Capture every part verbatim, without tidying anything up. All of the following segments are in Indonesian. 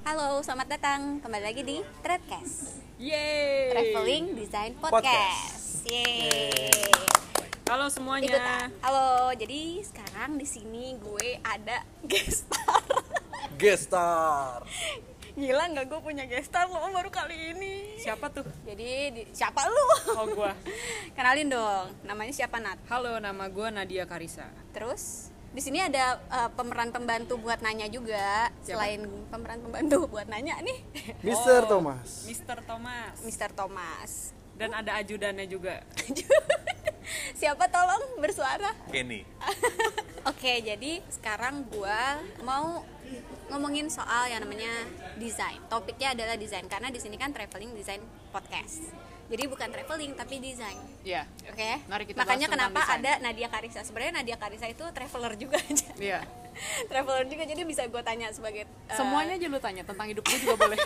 Halo, selamat datang kembali lagi di Threadcast. Yeay. Traveling Design Podcast. Yeay. Halo semuanya. Ikutan. Halo, jadi sekarang di sini gue ada guest star. Guest star. Gila nggak gue punya guest star lo baru kali ini. Siapa tuh? Jadi di, siapa lu? Oh gua. Kenalin dong. Namanya siapa, Nat? Halo, nama gua Nadia Karisa. Terus di sini ada uh, pemeran pembantu buat nanya juga. Siapa? Selain pemeran pembantu buat nanya nih, Mister Oh, Thomas. Mister Thomas. Mister Thomas. Dan ada ajudannya juga. Siapa tolong bersuara? Kenny. Oke, jadi sekarang gua mau ngomongin soal yang namanya desain. Topiknya adalah desain karena di sini kan traveling design podcast. Jadi bukan traveling tapi desain. Iya. Oke. Mari kita Makanya bahas tentang kenapa desain. ada Nadia Karisa. Sebenarnya Nadia Karisa itu traveler juga aja. Iya. Traveler juga, jadi bisa gue tanya sebagai uh, Semuanya aja lu tanya tentang hidup lu juga boleh.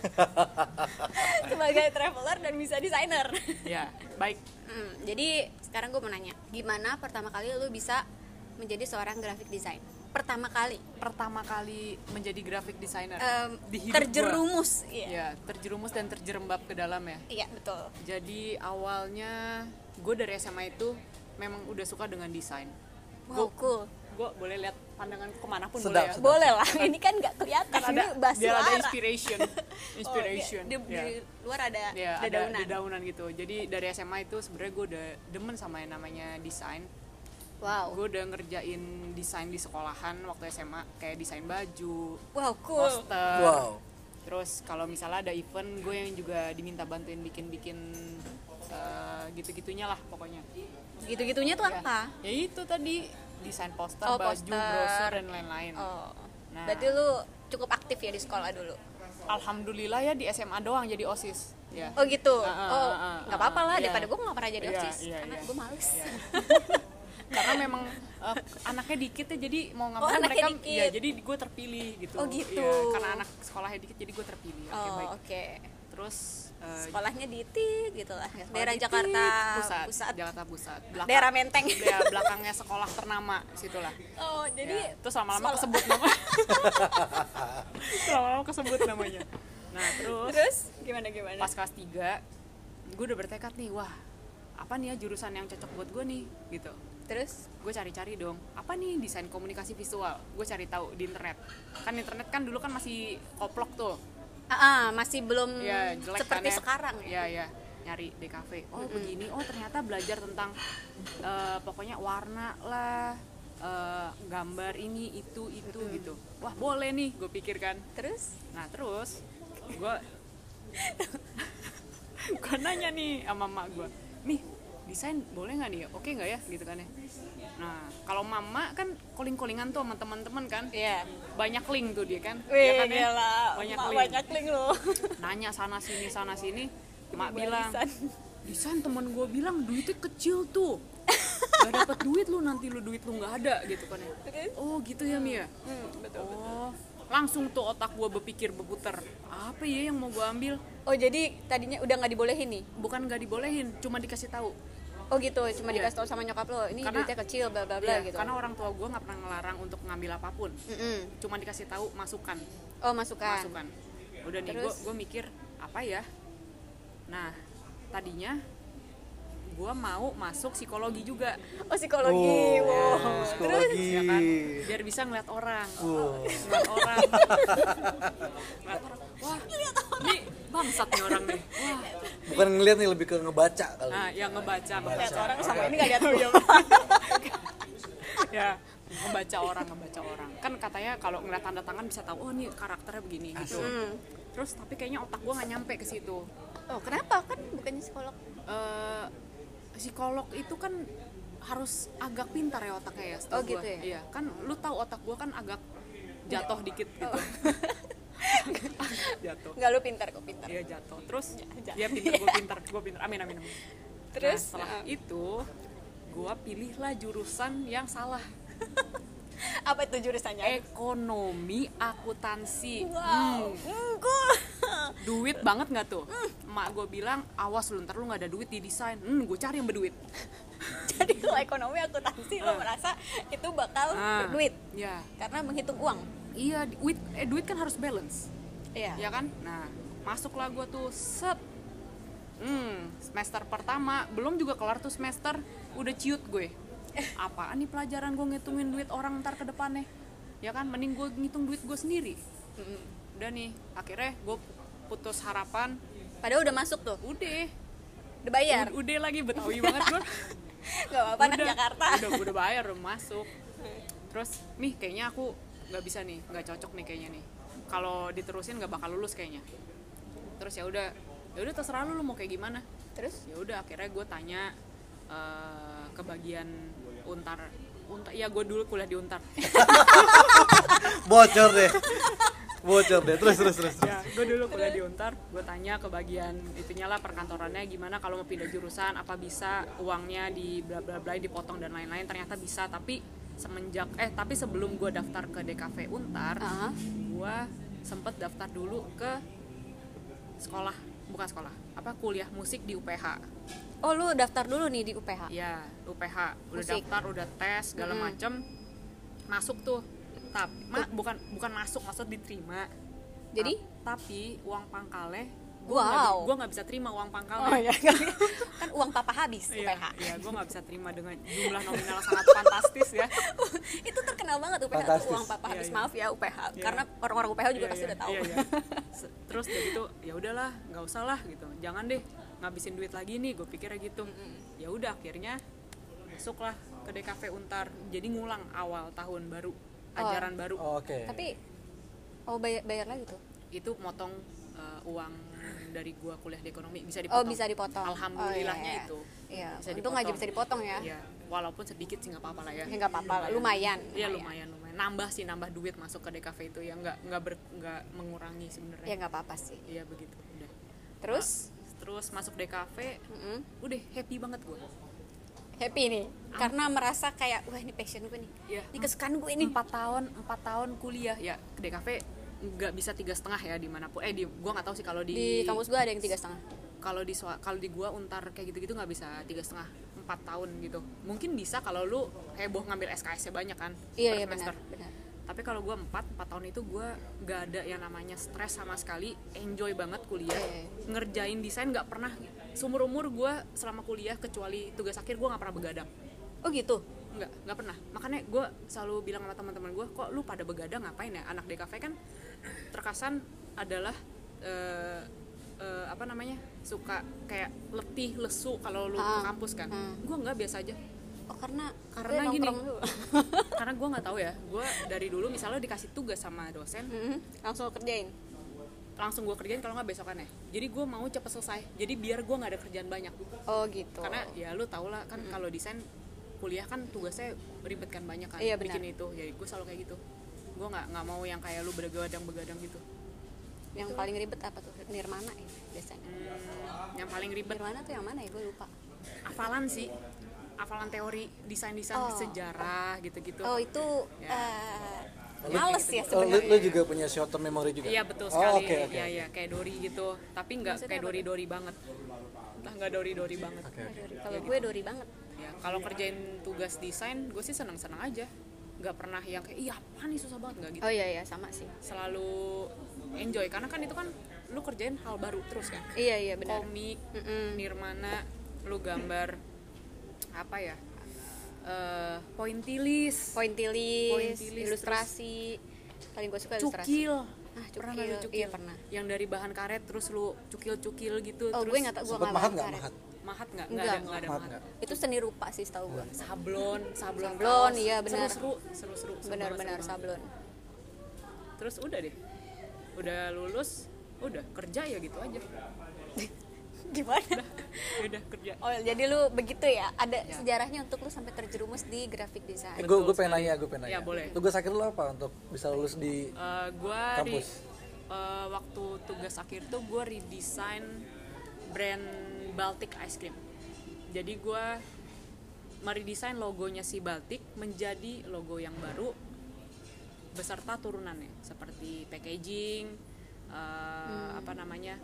sebagai traveler dan bisa desainer. Iya, baik. Hmm, jadi sekarang gue mau nanya, gimana pertama kali lu bisa menjadi seorang graphic design? Pertama kali, Pertama kali menjadi graphic designer um, di hidup terjerumus, gua. iya, Iya, terjerumus dan terjerembab ke dalam ya. iya betul. Jadi awalnya gue dari S M A itu memang udah suka dengan desain. Wow, cool. Gue boleh lihat pandanganku kemanapun Sedap, boleh ya. sedap. Boleh lah, ini kan nggak kelihatan, Kan ini ada bahas dia ada suara. inspiration, inspiration. Oh, di, di, Ya. di luar ada, Ya, ada ada daunan. dedaunan gitu. Jadi dari S M A itu sebenarnya gue udah demen sama yang namanya desain. Wow, Gue udah ngerjain desain di sekolahan waktu S M A, kayak desain baju, wow cool. poster. Wow. Terus kalau misalnya ada event, gue yang juga diminta bantuin bikin-bikin uh, gitu-gitunya lah pokoknya. Gitu-gitunya tuh Ya. apa? Ya itu tadi desain poster, Oh, baju, poster. brosur dan lain-lain. Oh, Nah. berarti lu cukup aktif ya di sekolah dulu? Alhamdulillah ya di S M A doang jadi OSIS. Ya. Oh gitu. Ah, ah, Oh, ah, ah, nggak apa-apa lah, iya. daripada gue nggak pernah jadi Iya, OSIS, iya, karena iya. gue males. Ya. Karena memang uh, anaknya dikit ya, jadi mau nggak Oh, mau anaknya mereka dikit. ya jadi gue terpilih gitu. Oh, gitu. Iya, karena anak sekolahnya dikit jadi gue terpilih. Oke, Oh baik. oke. Terus uh, Sekolahnya di T gitu lah, sekolah daerah di Jakarta pusat, Pusat, Jakarta Pusat. Belakang, daerah Menteng. Ya, belakangnya sekolah ternama situlah. Oh jadi Ya, terus lama-lama sekolah- kesebut nama. lama-lama kesebut namanya. Nah, terus Terus gimana gimana? pas kelas tiga gue udah bertekad nih, wah apa nih ya jurusan yang cocok buat gue nih gitu. Terus Gue cari-cari dong, apa nih desain komunikasi visual. Gue cari tahu di internet, kan internet kan dulu kan masih koplok tuh ah, ah, masih belum ya, jelek seperti kan ya. sekarang ya. Ya ya, nyari D K V, oh begini, oh ternyata belajar tentang eh, pokoknya warna lah, eh, gambar ini itu itu gitu. Wah boleh nih, gue pikirkan. Terus Nah terus gue gue nanya nih sama mak gue, nih desain boleh nggak nih ya, oke nggak ya gitu kan ya. Nah kalau mama kan calling-callingan tuh sama teman-teman kan, iya. banyak link tuh dia kan. Wih, Ya kan ya? gila. Banyak Mak link. banyak link lo. Nanya sana sini sana sini, mak Buat bilang desain. desain temen gue bilang duitnya kecil tuh, gak dapet duit lu, nanti lu duit lu nggak ada gitu kan ya. Terus? Oh gitu ya Mia. Hmm, betul. Oh langsung tuh otak gue berpikir berputar, apa ya yang mau gue ambil. Oh jadi tadinya udah nggak dibolehin nih? Bukan nggak dibolehin, cuma dikasih tahu. Oh gitu, cuma Iya. dikasih tahu sama nyokap lo, ini Karena- duitnya kecil, bla bla bla Iya, gitu. karena orang tua gue nggak pernah ngelarang untuk ngambil apapun, Mm-mm. cuma dikasih tahu masukan, Oh masukan. masukan. Udah nih, gue Terus? gue mikir apa ya. Nah tadinya gue mau masuk psikologi juga, Oh psikologi, Oh, wow. ya, Terus? psikologi. ya kan, biar bisa ngeliat orang, Wow. ngeliat orang, ngeliat orang. Wah, nih bangsat nih orang nih. Wah, Bukan ngeliat nih, lebih ke ngebaca kali. nah yang ngebaca, Lihat ngebaca orang sama ini nggak lihat gue. ya ngebaca orang ngebaca orang kan katanya kalau ngeliat tanda tangan bisa tahu, oh nih karakternya begini gitu. Hmm. Terus tapi kayaknya otak gue nggak nyampe ke situ. Oh kenapa, kan bukannya psikolog? Eh, psikolog itu kan harus agak pintar ya otaknya ya, setahu Oh, gitu gua. ya? Iya kan, lu tahu otak gue kan agak jatuh dikit gitu. Oh. Jatuh. Nggak, lu pintar kok, pintar. Iya jatuh. Terus Ja- dia pintar, gue pintar, gue pintar. Amin amin amin. Terus, nah, setelah uh. itu gue pilihlah jurusan yang salah. Apa itu jurusannya? Ekonomi akuntansi. Wow, Hmm, enggak. duit banget nggak tuh? Emak gue bilang, awas lu ntar lu nggak ada duit di desain. Hmm, gue cari yang berduit. Jadi kalau ekonomi akuntansi lo Ah. merasa itu bakal Ah, berduit ya. karena menghitung uang. Iya, duit, eh, duit kan harus balance. Iya. ya kan. Nah masuklah gue tuh set, hmm, semester pertama belum juga kelar tuh semester udah ciut gue. Apaan nih pelajaran gue ngitungin duit orang ntar ke depannya, ya kan, mending gue ngitung duit gue sendiri. Udah nih akhirnya gue putus harapan. Padahal udah masuk tuh, Udah udah bayar. udah, udah lagi Betawi banget gue. Gak apa-apa, anak Jakarta. udah udah bayar, udah masuk. Terus nih kayaknya aku nggak bisa nih, nggak cocok nih kayaknya nih, kalau diterusin nggak bakal lulus kayaknya. Terus ya udah ya udah terserah lu, lu mau kayak gimana. Terus Ya udah akhirnya gue tanya uh, ke bagian Untar. Untar ya, gue dulu kuliah di Untar. Bocor deh. Bocor deh. Terus terus terus. Ya, gue dulu kuliah di Untar. Gue tanya ke bagian itunya lah, perkantorannya gimana kalau mau pindah jurusan, apa bisa uangnya di bla bla bla dipotong dan lain-lain. Ternyata bisa, tapi semenjak eh tapi sebelum gue daftar ke D K V Untar, uh-huh. gue sempet daftar dulu ke sekolah, bukan sekolah, apa kuliah musik di U P H. Oh, lu daftar dulu nih di U P H? Ya, U P H. Udah Musik. daftar, udah tes segala Mm-hmm. macem, masuk tuh. Tapi ma- bukan bukan masuk, maksud diterima. Jadi? Ta- tapi uang pangkalnya gue Wow. gue nggak bisa terima uang pangkalnya. Oh iya, kan uang papa habis U P Iya, H. iya, gue nggak bisa terima dengan jumlah nominal sangat fantastis ya. Itu terkenal banget U P H tuh, Fantastis. uang papa Iya, habis. iya. Maaf ya U P H, Iya. karena orang-orang U P H juga Iya, pasti iya, udah tahu. iya, iya. Se- Terus dari itu ya udahlah, nggak usah lah gitu, jangan deh ngabisin duit lagi nih, gue pikirnya gitu. Ya udah akhirnya masuklah ke D K V Untar, jadi ngulang awal tahun baru, ajaran baru. Oh, Oke. Tapi oh bayar, bayar lagi tuh. Itu motong uh, uang dari gua kuliah di ekonomi, bisa dipotong. Oh, bisa dipotong. Alhamdulillahnya Oh, iya, iya. itu. Iya, Bisa untung aja bisa dipotong ya. Iya, walaupun sedikit sih nggak apa-apa lah ya. Ya nggak apa-apa lah, lumayan. Iya lumayan lumayan. Nambah sih, nambah duit masuk ke D K V itu ya, nggak nggak ber, nggak mengurangi sebenarnya. Ya nggak apa-apa sih. Iya begitu. Udah. Terus Nah, terus masuk D K V, mm-mm, udah happy banget gua. happy nih karena merasa kayak wah ini passion gue nih. Iya. Ini kesukaan gue ini. Empat tahun empat tahun kuliah ya D K V nggak bisa tiga setengah ya dimanapun. Eh di gua nggak tahu sih kalau di, Di kampus gue ada yang tiga setengah. kalau di soa- kalau di gua Untar kayak gitu-gitu nggak bisa tiga setengah empat tahun gitu. Mungkin bisa kalau lu heboh ngambil S K S-nya banyak kan Iya per iya semester. benar benar. Tapi kalau gua empat empat tahun itu gua nggak ada yang namanya stres sama sekali, enjoy banget kuliah. Oke. Ngerjain desain nggak pernah, seumur umur gua selama kuliah kecuali tugas akhir gua nggak pernah begadang. Oh gitu. Nggak, nggak pernah. Makanya gue selalu bilang sama teman-teman gue, kok lu pada begadang ngapain ya? Anak D K V kan terkesan adalah uh, uh, apa namanya, suka kayak letih, lesu kalau lu ke Ah, kampus kan. ah. Gue nggak, biasa aja. Oh karena Karena gue gini. nongkrong dulu. Karena gue nggak tahu ya. Gue dari dulu misalnya dikasih tugas sama dosen, Mm-mm, langsung kerjain. langsung gue kerjain kalau nggak besokannya. Jadi gue mau cepet selesai. Jadi biar gue nggak ada kerjaan banyak. Oh gitu. Karena ya lu tau lah kan, kalau desain kuliah kan tugasnya ribet kan, banyak kan, Iya, benar. bikin itu. Jadi gue selalu kayak gitu. Gue nggak nggak mau yang kayak lu begadang-begadang gitu. Yang paling ribet apa tuh? Nirmana ya biasanya. Hmm, yang paling ribet Nirmana tuh yang mana ya? Gue lupa. hafalan sih, hafalan teori desain-desain Oh. sejarah gitu-gitu. Oh itu Ya. eh, Iya, males gitu-gitu. ya Oh, lu, sebenarnya. lu juga punya short term memory juga? Iya betul Oh, sekali. oke, oke. Iya iya kayak Dori gitu. Tapi nggak Maksudnya kayak apa tuh? Dori-Dori banget. Entah nggak Dori-Dori banget. Oke, oke. Kalau gue dori banget. Ya kalau kerjain tugas desain, gue sih senang-senang aja. Nggak pernah yang kayak iya apa nih susah banget, nggak gitu. Oh iya iya sama sih. Selalu enjoy karena kan itu kan lu kerjain hal baru terus kan. Iya iya benar. Komik, Mm-mm. Nirmana, lu gambar apa ya? Eh, pointillis, Pointillis, Pointillis, ilustrasi. Paling gue suka ilustrasi. cukil. Ah, Pernah cukil. nggak lu cukil? Iya, pernah. Yang dari bahan karet terus lu cukil-cukil gitu. Oh terus gue nggak tau, gue Sempet nggak mahat mahat nggak karet. mahat? mahat nggak? Nggak Enggak, ada, nggak ada Mahat mahat. nggak? Itu seni rupa sih setahu gue. Sablon, sablon, Sablon, kaos. iya, benar. Seru-seru, seru-seru. seru Benar-benar banget, seru banget. sablon. Terus udah deh, udah lulus, udah kerja ya gitu aja. Gimana? Udah kerja. Oh jadi lu begitu ya? Ada Ya. sejarahnya untuk lu sampai terjerumus di graphic design. Eh, gue Betul gue pengen sekali. nanya, gue pengen nanya. Ya, boleh. Tugas akhir lu apa untuk bisa lulus di Uh, gue di Kampus. uh, waktu tugas akhir tuh gue redesign brand Baltic Ice Cream. Jadi gue meredesain logonya si Baltic menjadi logo yang baru beserta turunannya seperti packaging, uh, apa namanya,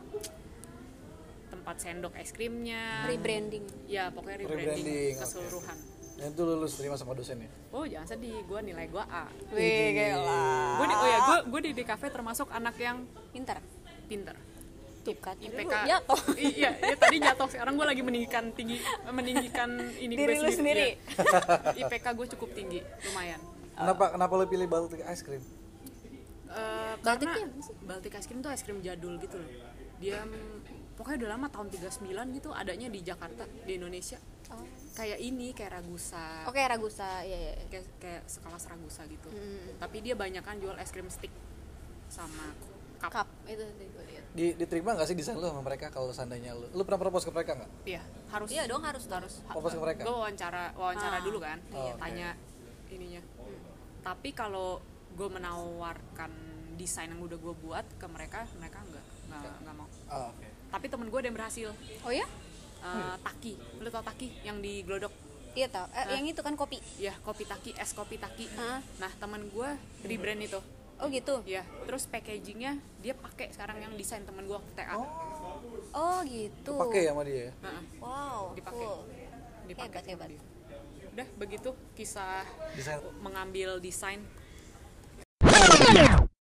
tempat sendok es krimnya, Rebranding. ya pokoknya rebranding Rebranding, oke. keseluruhan. yang itu lulus terima sama dosennya. Oh jangan sedih, gue nilai gue A. Wih, gila. Gue di, oh ya gue gue di D K V termasuk anak yang Pintar. pinter. Tuh kan. I P K Lu jatuh. I- iya, iya tadi jatuh. Sekarang gue lagi meninggikan tinggi, meninggikan ini Diri gue lu sendiri. Iya. I P K gue cukup tinggi, lumayan. Kenapa kenapa lo pilih Baltic ice cream? Uh, Baltic karena tuh apa sih? Baltic ice cream tuh es krim jadul gitu loh. Dia mm, pokoknya udah lama tahun tiga puluh sembilan gitu adanya di Jakarta, di Indonesia. Oh. Kayak ini, kayak Ragusa. Oke, Ragusa. Iya, iya. Kayak, kayak sekelas Ragusa gitu. Hmm. Tapi dia banyak kan jual es krim stick sama cup. Cup itu tadi gue lihat. Di, diterima nggak sih desain lo sama mereka kalau seandainya lo? Lo pernah propose ke mereka nggak? Iya, harus. Iya dong, harus dong. harus. Propose ke mereka? Gue wawancara, wawancara Ah. dulu kan. Oh, oke. Tanya ininya. Tapi kalau gue menawarkan desain yang udah gue buat ke mereka, mereka nggak nggak nggak mau. Oh, oke. Tapi temen gue ada yang berhasil. Oh ya? Uh, Taki, lu tau Taki yang di Glodok? Iya tau. Eh, Hah? yang itu kan kopi. Ya, kopi Taki, es kopi Taki. Hah? Nah, temen gue rebrand itu. Oh gitu. Ya, terus packagingnya dia pakai sekarang yang desain temen gue waktu T A. Oh, Oh gitu. pakai sama dia ya? Heeh, Wow. dipakai. Cool. Dipakai Hebat, sama hebat. dia. Udah begitu kisah Desain. mengambil desain